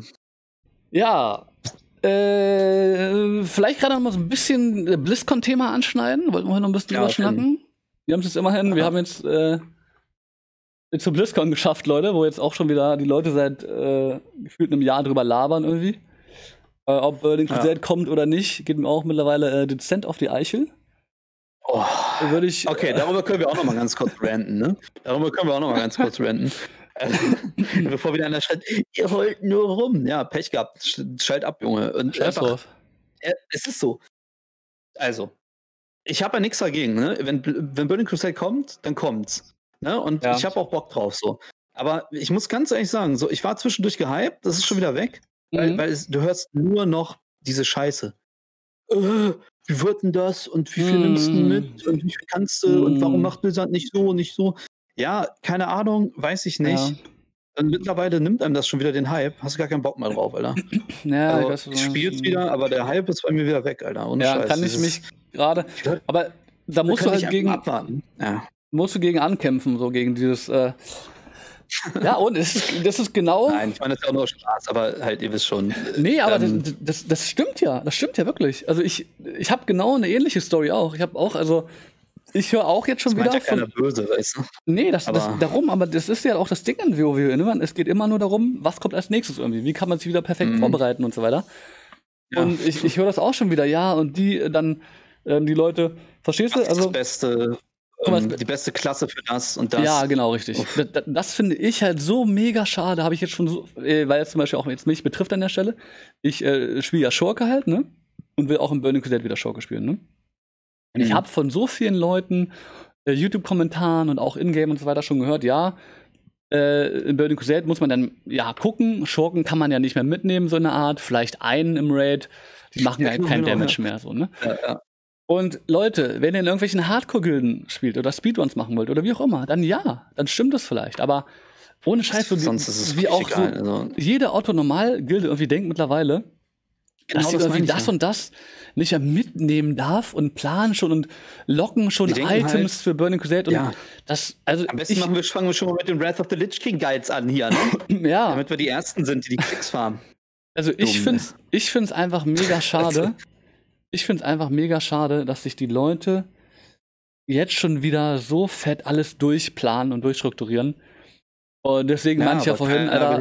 Vielleicht gerade noch mal so ein bisschen BlizzCon-Thema anschneiden. Wollten wir heute noch ein bisschen drüber schnacken? Wir haben es jetzt immerhin, wir haben jetzt zur BlizzCon geschafft, Leute, wo jetzt auch schon wieder die Leute seit gefühlt einem Jahr drüber labern irgendwie. Ob Burning Crusade kommt oder nicht, geht mir auch mittlerweile dezent auf die Eichel. Okay, darüber können wir auch noch mal ganz kurz ranten, ne? Bevor wieder einer schreit, ihr heult nur rum. Ja, Pech gehabt. Schalt ab, Junge. Und einfach, es ist so. Also, ich habe ja nichts dagegen, ne? Wenn Burning Crusade kommt, dann kommt's. Ne? Und ich habe auch Bock drauf, so. Aber ich muss ganz ehrlich sagen, so, ich war zwischendurch gehypt, das ist schon wieder weg, weil du hörst nur noch diese Scheiße. Wie wird denn das? Und wie viel nimmst du mit? Und wie viel kannst du? Und warum macht Blizzard nicht so, nicht so? Ja, keine Ahnung, weiß ich nicht. Und mittlerweile nimmt einem das schon wieder den Hype. Hast du gar keinen Bock mehr drauf, Alter. Ich spiel's wieder, aber der Hype ist bei mir wieder weg, Alter. Ohne Scheiß. Kann ich mich gerade. Aber da musst du halt gegen abwarten. Musst du gegen ankämpfen, so gegen dieses. Und das ist genau. Nein, ich meine, das ist ja auch nur Spaß, aber halt, ihr wisst schon. Nee, aber das stimmt ja. Das stimmt ja wirklich. Also ich habe genau eine ähnliche Story auch. Ich höre auch jetzt schon wieder. Ja keiner böse, weißt du? Nee, darum, aber das ist ja auch das Ding an WoW. Es geht immer nur darum, was kommt als nächstes irgendwie. Wie kann man sich wieder perfekt vorbereiten und so weiter. Ja. Und ich höre das auch schon wieder, ja, und die dann die Leute, verstehst du? Also die beste Klasse für das und das. Ja, genau, richtig. Das finde ich halt so mega schade, habe ich jetzt schon so, weil es zum Beispiel auch jetzt mich betrifft an der Stelle. Ich spiele ja Schurke halt, ne? Und will auch im Burning Crusade wieder Schurke spielen, ne? Und ich habe von so vielen Leuten, YouTube-Kommentaren und auch Ingame und so weiter schon gehört, ja, in Burning Crusade muss man dann ja gucken. Schurken kann man ja nicht mehr mitnehmen, so eine Art. Vielleicht einen im Raid. Die machen ja keinen Damage mehr, so, ne? Ja. Und Leute, wenn ihr in irgendwelchen Hardcore-Gilden spielt oder Speedruns machen wollt oder wie auch immer, dann ja, dann stimmt das vielleicht. Aber ohne Scheiß, so sonst ist es wie auch egal, so also. jede Otto-Normal-Gilde irgendwie denkt mittlerweile, dass sie irgendwie das und das nicht mehr mitnehmen darf und planen schon und locken schon Items halt für Burning Crusade. Und das, also am besten fangen wir schon mal mit den Wrath of the Lich King Guides an hier, ne? Ja. Damit wir die Ersten sind, die Klicks farmen. Also ich find's einfach mega schade. Ich finde es einfach mega schade, dass sich die Leute jetzt schon wieder so fett alles durchplanen und durchstrukturieren. Und deswegen meinte ich ja vorhin, Alter,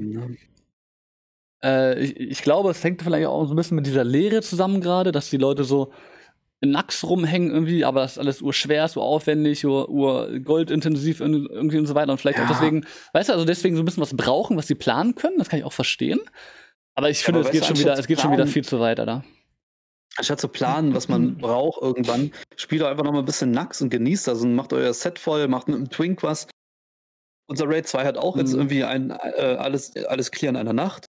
ich glaube, es hängt vielleicht auch so ein bisschen mit dieser Lehre zusammen gerade, dass die Leute so nacks rumhängen irgendwie, aber das ist alles urschwer, so aufwendig, goldintensiv irgendwie und so weiter. Und vielleicht auch deswegen, weißt du, also deswegen so ein bisschen was brauchen, was sie planen können, das kann ich auch verstehen. Aber ich finde, es geht schon wieder viel zu weit, Alter. Anstatt zu planen, was man braucht irgendwann, spielt doch einfach noch mal ein bisschen Nax und genießt das und macht euer Set voll, macht mit einem Twink was. Unser Raid 2 hat auch jetzt irgendwie alles clear in einer Nacht.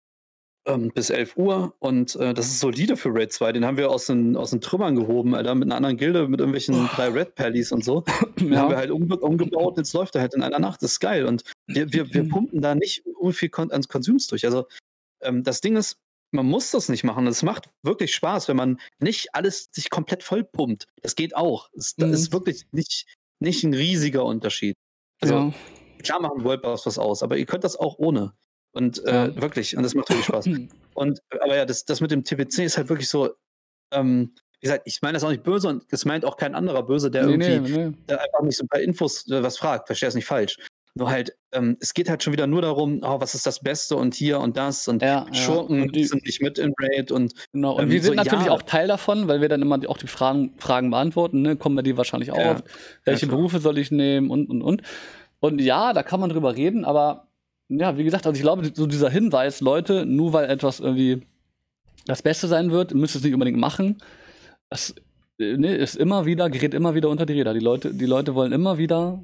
Bis 11 Uhr und das ist solide für Raid 2. Den haben wir aus den Trümmern gehoben, Alter, mit einer anderen Gilde, mit irgendwelchen 3 Red Pallies und so. Den haben wir halt umgebaut und jetzt läuft er halt in einer Nacht. Das ist geil. Und wir pumpen da nicht viel ans Konsums durch. Also das Ding ist, man muss das nicht machen. Es macht wirklich Spaß, wenn man nicht alles sich komplett voll pumpt. Das geht auch. Das ist wirklich nicht ein riesiger Unterschied. Also klar machen World Boss was aus, aber ihr könnt das auch ohne. Und wirklich, und das macht wirklich Spaß. Aber ja, das mit dem TBC ist halt wirklich so, wie gesagt, ich meine das auch nicht böse und es meint auch kein anderer böse, der der einfach nicht so ein paar Infos was fragt. Versteh das nicht falsch. Nur halt, es geht halt schon wieder nur darum, was ist das Beste und hier und das und Schurken sind nicht mit im Raid und genau. Und wir sind natürlich auch Teil davon, weil wir dann immer auch die Fragen beantworten, ne? Kommen wir die wahrscheinlich auch auf. Welche Berufe soll ich nehmen und. Und ja, da kann man drüber reden, aber ja, wie gesagt, also ich glaube, so dieser Hinweis, Leute, nur weil etwas irgendwie das Beste sein wird, müsst ihr es nicht unbedingt machen. Das ist gerät immer wieder unter die Räder. Die Leute wollen immer wieder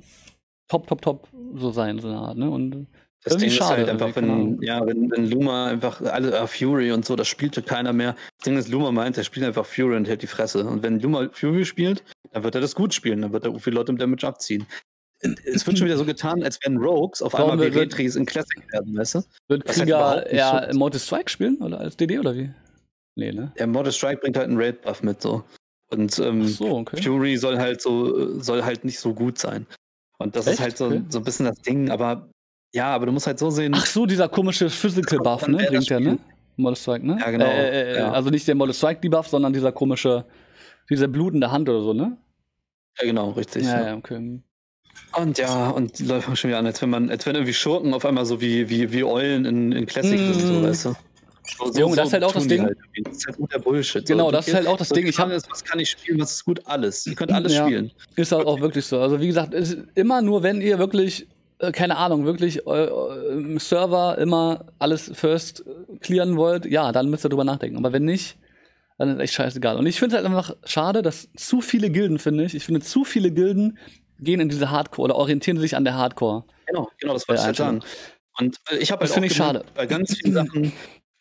top so sein, so eine Art, ne? Und das Ding ist halt einfach, wenn Luma einfach alle Fury und so, das spielte keiner mehr. Das Ding ist, Luma meint, er spielt einfach Fury und hält die Fresse. Und wenn Luma Fury spielt, dann wird er das gut spielen, dann wird er viele Leute mit Damage abziehen. Es wird schon wieder so getan, als wenn Rogues auf einmal wie Retries in Classic werden, weißt du? Wird Krieger eher Mortis Strike spielen oder als DD oder wie? Nee, ne? Der Mortis Strike bringt halt einen Raid-Buff mit so. Und Fury soll halt nicht so gut sein. Und das ist halt so ein bisschen das Ding, aber du musst halt so sehen. Ach so, dieser komische Physical Buff, ne? Bringt der, ne? Mortis Strike, ne? Ja, genau. Also nicht der Mortis Strike Debuff, sondern dieser komische, diese blutende Hand oder so, ne? Ja, genau, richtig. Ja, okay. Und die läuft schon wieder an, als wenn irgendwie Schurken auf einmal so wie Eulen in Classic sind, so, weißt du? Junge, das ist halt auch das Ding. Das ist halt guter Bullshit. Genau, das ist halt auch das Ding. Was kann ich spielen, was ist gut? Alles. Ihr könnt alles spielen. Ist halt auch wirklich so. Also wie gesagt, ist immer nur, wenn ihr wirklich, keine Ahnung, wirklich im Server immer alles first clearen wollt, ja, dann müsst ihr drüber nachdenken. Aber wenn nicht, dann ist echt scheißegal. Und ich finde es halt einfach schade, dass zu viele Gilden, ich finde, zu viele Gilden gehen in diese Hardcore oder orientieren sich an der Hardcore. Genau, das wollte ich halt sagen. Und ich habe halt auch schade. Bei ganz vielen Sachen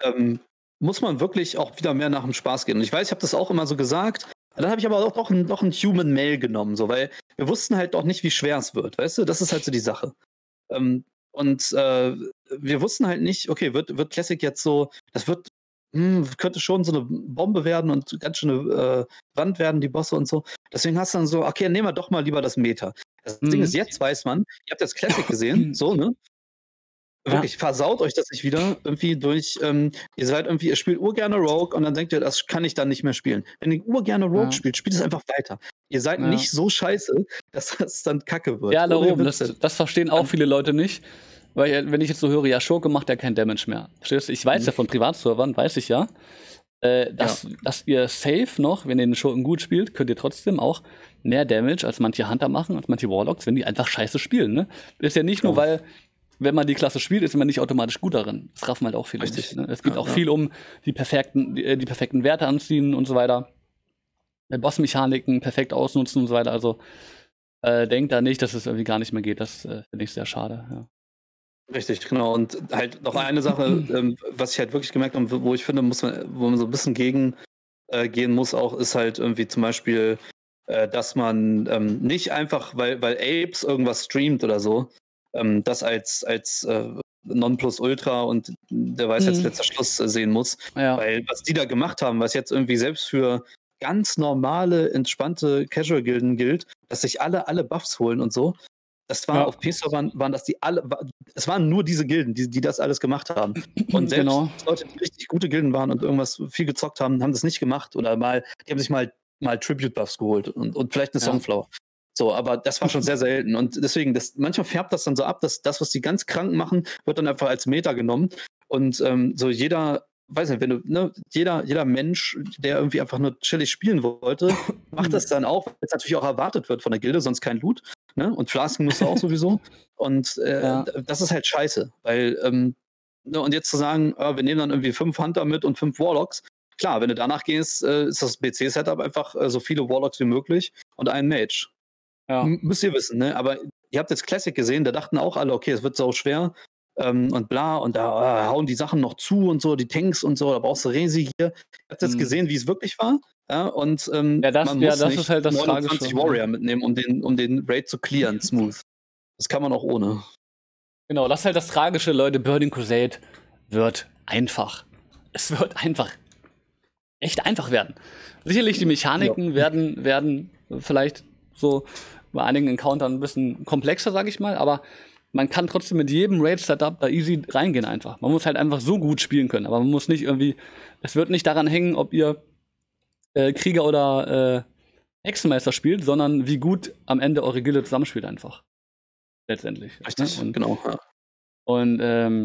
muss man wirklich auch wieder mehr nach dem Spaß gehen. Und ich weiß, ich habe das auch immer so gesagt. Dann habe ich aber auch noch einen Human Mail genommen, so, weil wir wussten halt auch nicht, wie schwer es wird. Weißt du, das ist halt so die Sache. Wir wussten halt nicht, okay, wird Classic jetzt so, das könnte schon so eine Bombe werden und ganz schöne Wand werden, die Bosse und so. Deswegen hast du dann so, okay, nehmen wir doch mal lieber das Meta. Das Ding ist, jetzt weiß man, ihr habt jetzt Classic gesehen, so, ne? Wirklich, versaut euch das nicht wieder irgendwie durch, ihr spielt urgerne Rogue und dann denkt ihr, das kann ich dann nicht mehr spielen. Wenn ihr urgerne Rogue spielt es einfach weiter. Ihr seid nicht so scheiße, dass das dann kacke wird. Ja, darum, das verstehen auch viele Leute nicht. Weil, wenn ich jetzt so höre, ja, Schurke macht ja kein Damage mehr. Verstehst du? Ich weiß ja von Privatservern, weiß ich ja. dass ihr safe noch, wenn ihr den Schurken gut spielt, könnt ihr trotzdem auch mehr Damage als manche Hunter machen, als manche Warlocks, wenn die einfach scheiße spielen. Ne? Ist ja nicht nur, weil, wenn man die Klasse spielt, ist man nicht automatisch gut darin. Das raffen halt auch viele nicht. Ne? Es geht auch viel um die perfekten Werte anziehen und so weiter. Bossmechaniken perfekt ausnutzen und so weiter. Also denkt da nicht, dass es irgendwie gar nicht mehr geht. Das finde ich sehr schade. Ja. Richtig, genau. Und halt noch eine Sache, was ich halt wirklich gemerkt habe, wo ich finde, wo man so ein bisschen gegen gehen muss, auch ist halt irgendwie zum Beispiel, dass man nicht einfach, weil Apes irgendwas streamt oder so, das als Nonplusultra und der weiß jetzt letzter Schluss sehen muss. Ja. Weil was die da gemacht haben, was jetzt irgendwie selbst für ganz normale, entspannte Casual-Gilden gilt, dass sich alle Buffs holen und so. Das war auf PC-Servern, waren das die alle, es waren nur diese Gilden, die das alles gemacht haben. Und selbst Leute, die richtig gute Gilden waren und irgendwas viel gezockt haben, haben das nicht gemacht oder die haben sich mal Tribute-Buffs geholt und vielleicht eine Songflower. So, aber das war schon sehr selten. Und deswegen, manchmal färbt das dann so ab, dass das, was die ganz Kranken machen, wird dann einfach als Meta genommen. Und so jeder, weiß nicht, wenn du, ne, jeder Mensch, der irgendwie einfach nur chillig spielen wollte, macht das dann auch, weil es natürlich auch erwartet wird von der Gilde, sonst kein Loot. Ne? Und Flasken musst du auch sowieso. Und das ist halt scheiße. Weil, und jetzt zu sagen, wir nehmen dann irgendwie 5 Hunter mit und 5 Warlocks. Klar, wenn du danach gehst, ist das BC-Setup einfach so viele Warlocks wie möglich und einen Mage. Ja. Müsst ihr wissen, ne? Aber ihr habt jetzt Classic gesehen, da dachten auch alle, okay, es wird so schwer und bla, und da hauen die Sachen noch zu und so, die Tanks und so, da brauchst du Resi hier. Ihr habt jetzt gesehen, wie es wirklich war. Ja, und man muss nicht ist halt das 29 Warrior mitnehmen, um den Raid zu clearen, smooth. Das kann man auch ohne. Genau, das ist halt das Tragische, Leute. Burning Crusade wird einfach. Es wird einfach echt einfach werden. Sicherlich, die Mechaniken werden vielleicht so bei einigen Encountern ein bisschen komplexer, sag ich mal, aber man kann trotzdem mit jedem Raid-Setup da easy reingehen einfach. Man muss halt einfach so gut spielen können, aber man muss nicht irgendwie, es wird nicht daran hängen, ob ihr Krieger oder Hexenmeister spielt, sondern wie gut am Ende eure Gilde zusammenspielt einfach. Letztendlich. Richtig, ne? Und, genau. Ja. Und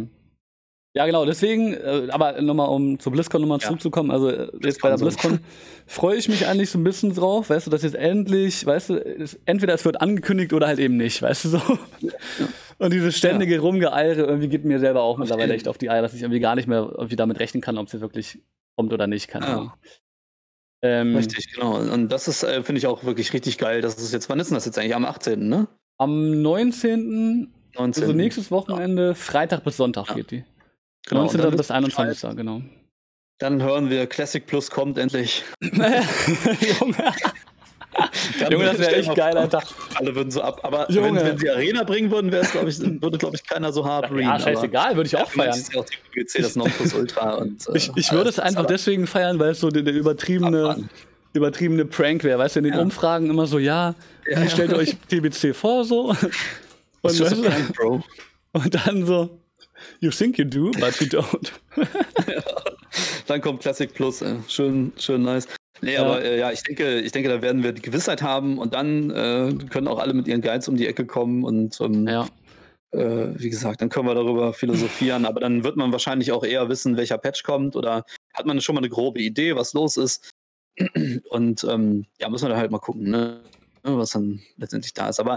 ja, genau, deswegen, aber nochmal, zur BlizzCon zurückzukommen, also jetzt bei der BlizzCon freue ich mich eigentlich so ein bisschen drauf, weißt du, dass jetzt endlich, weißt du, entweder es wird angekündigt oder halt eben nicht, weißt du, so. Ja. Und dieses ständige Rumgeeire irgendwie geht mir selber auch mittlerweile echt auf die Eier, dass ich irgendwie gar nicht mehr irgendwie damit rechnen kann, ob es jetzt wirklich kommt oder nicht, keine Ahnung. Richtig, genau. Und das ist, finde ich auch wirklich richtig geil, dass es jetzt, wann ist denn das jetzt eigentlich? Am 18., ne? Am 19. Also nächstes Wochenende, Freitag bis Sonntag geht die. Genau, 19. bis 21. Genau. Dann hören wir, Classic Plus kommt endlich. Junge, das wäre echt geil, Alter. Alle würden so ab. Aber wenn sie Arena bringen würden, würde, glaube ich, keiner so hart reden. Ja, scheißegal, würde ich auch feiern. Das ist ja auch die GC, das Nonplusultra. Und, ich würde es einfach deswegen feiern, weil es so der übertriebene Prank wäre. Weißt du, in den Umfragen immer so, wie stellt ihr euch TBC vor, so? Und, Prank, Bro. Und dann so, you think you do, but you don't. Dann kommt Classic Plus, schön nice. Nee, aber ich denke, da werden wir die Gewissheit haben und dann können auch alle mit ihren Guides um die Ecke kommen und wie gesagt, dann können wir darüber philosophieren, aber dann wird man wahrscheinlich auch eher wissen, welcher Patch kommt oder hat man schon mal eine grobe Idee, was los ist und müssen wir da halt mal gucken, ne? Was dann letztendlich da ist. Aber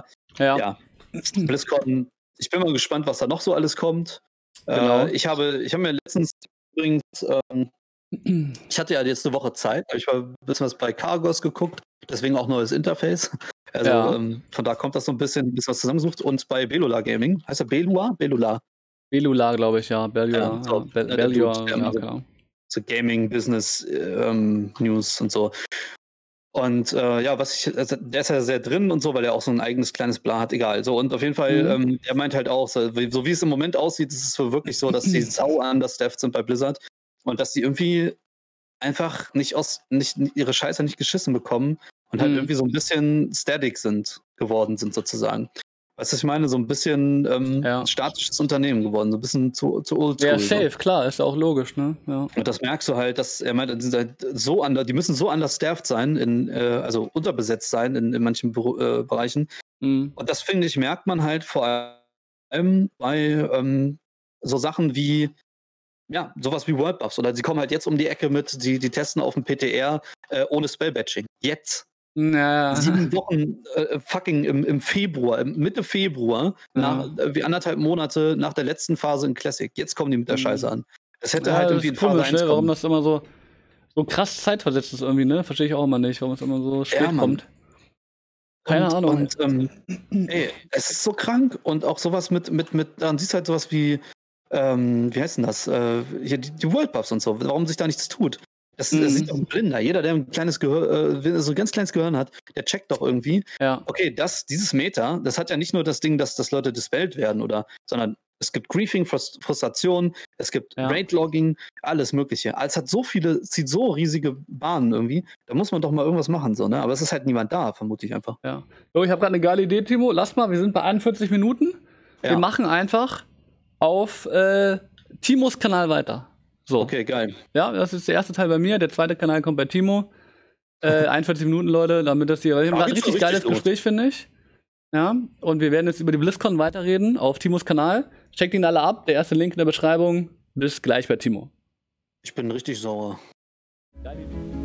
BlizzCon, ich bin mal gespannt, was da noch so alles kommt. Genau. Ich habe mir letztens übrigens ich hatte ja jetzt eine Woche Zeit, ich war ein bisschen was bei Cargos geguckt, deswegen auch neues Interface. Also von da kommt das so ein bisschen was zusammengesucht. Und bei Belula Gaming, heißt er Belua? Belula. Belula, glaube ich, ja. Belua. Genau. So Gaming, Business, News und so. Und der ist ja sehr drin und so, weil er auch so ein eigenes kleines Bla hat, egal. So, und auf jeden Fall, er meint halt auch, so wie es im Moment aussieht, ist es wirklich so, dass die sau understaffed sind bei Blizzard. Und dass die irgendwie einfach nicht ihre Scheiße nicht geschissen bekommen und halt irgendwie so ein bisschen static geworden sind sozusagen. Weißt du, was ich meine? So ein bisschen statisches Unternehmen geworden, so ein bisschen zu oldschool. Ja, safe, klar, ist auch logisch, ne? Ja. Und das merkst du halt, dass er meint, die müssen so understaffed sein, also unterbesetzt sein in manchen Bereichen. Und das, finde ich, merkt man halt vor allem bei so Sachen wie ja, sowas wie World Buffs. Oder sie kommen halt jetzt um die Ecke mit, die testen auf dem PTR ohne Spellbatching. Jetzt. Ja. 7 Wochen fucking im Februar, Mitte Februar, wie 1,5 Monate nach der letzten Phase in Classic. Jetzt kommen die mit der Scheiße an. Das hätte halt irgendwie in Phase 1 kommen. Warum das immer so krass zeitversetzt ist irgendwie, ne? Verstehe ich auch immer nicht, warum es immer so spät kommt. Keine Ahnung. Und ey, es ist so krank und auch sowas mit dann siehst du halt sowas wie heißt denn das? Hier die World Buffs und so, warum sich da nichts tut. Das sieht doch ein Blinder. Jeder, der ein kleines Gehirn, so ein ganz kleines Gehirn hat, der checkt doch irgendwie, okay, dieses Meta, das hat ja nicht nur das Ding, dass Leute dispelled werden, sondern es gibt Griefing, Frustration, es gibt Raid-Logging, alles Mögliche. Es hat zieht so riesige Bahnen irgendwie, da muss man doch mal irgendwas machen, so, ne? Aber es ist halt niemand da, vermute ich einfach. Ja. So, ich habe gerade eine geile Idee, Timo. Lass mal, wir sind bei 41 Minuten. Wir machen einfach auf Timos Kanal weiter. So. Okay, geil. Ja, das ist der erste Teil bei mir, der zweite Kanal kommt bei Timo. 41 Minuten, Leute, damit das hier. Wir haben gerade ein richtig geiles Gespräch, finde ich. Ja, und wir werden jetzt über die BlizzCon weiterreden auf Timos Kanal. Checkt ihn alle ab, der erste Link in der Beschreibung. Bis gleich bei Timo. Ich bin richtig sauer. Geile Idee.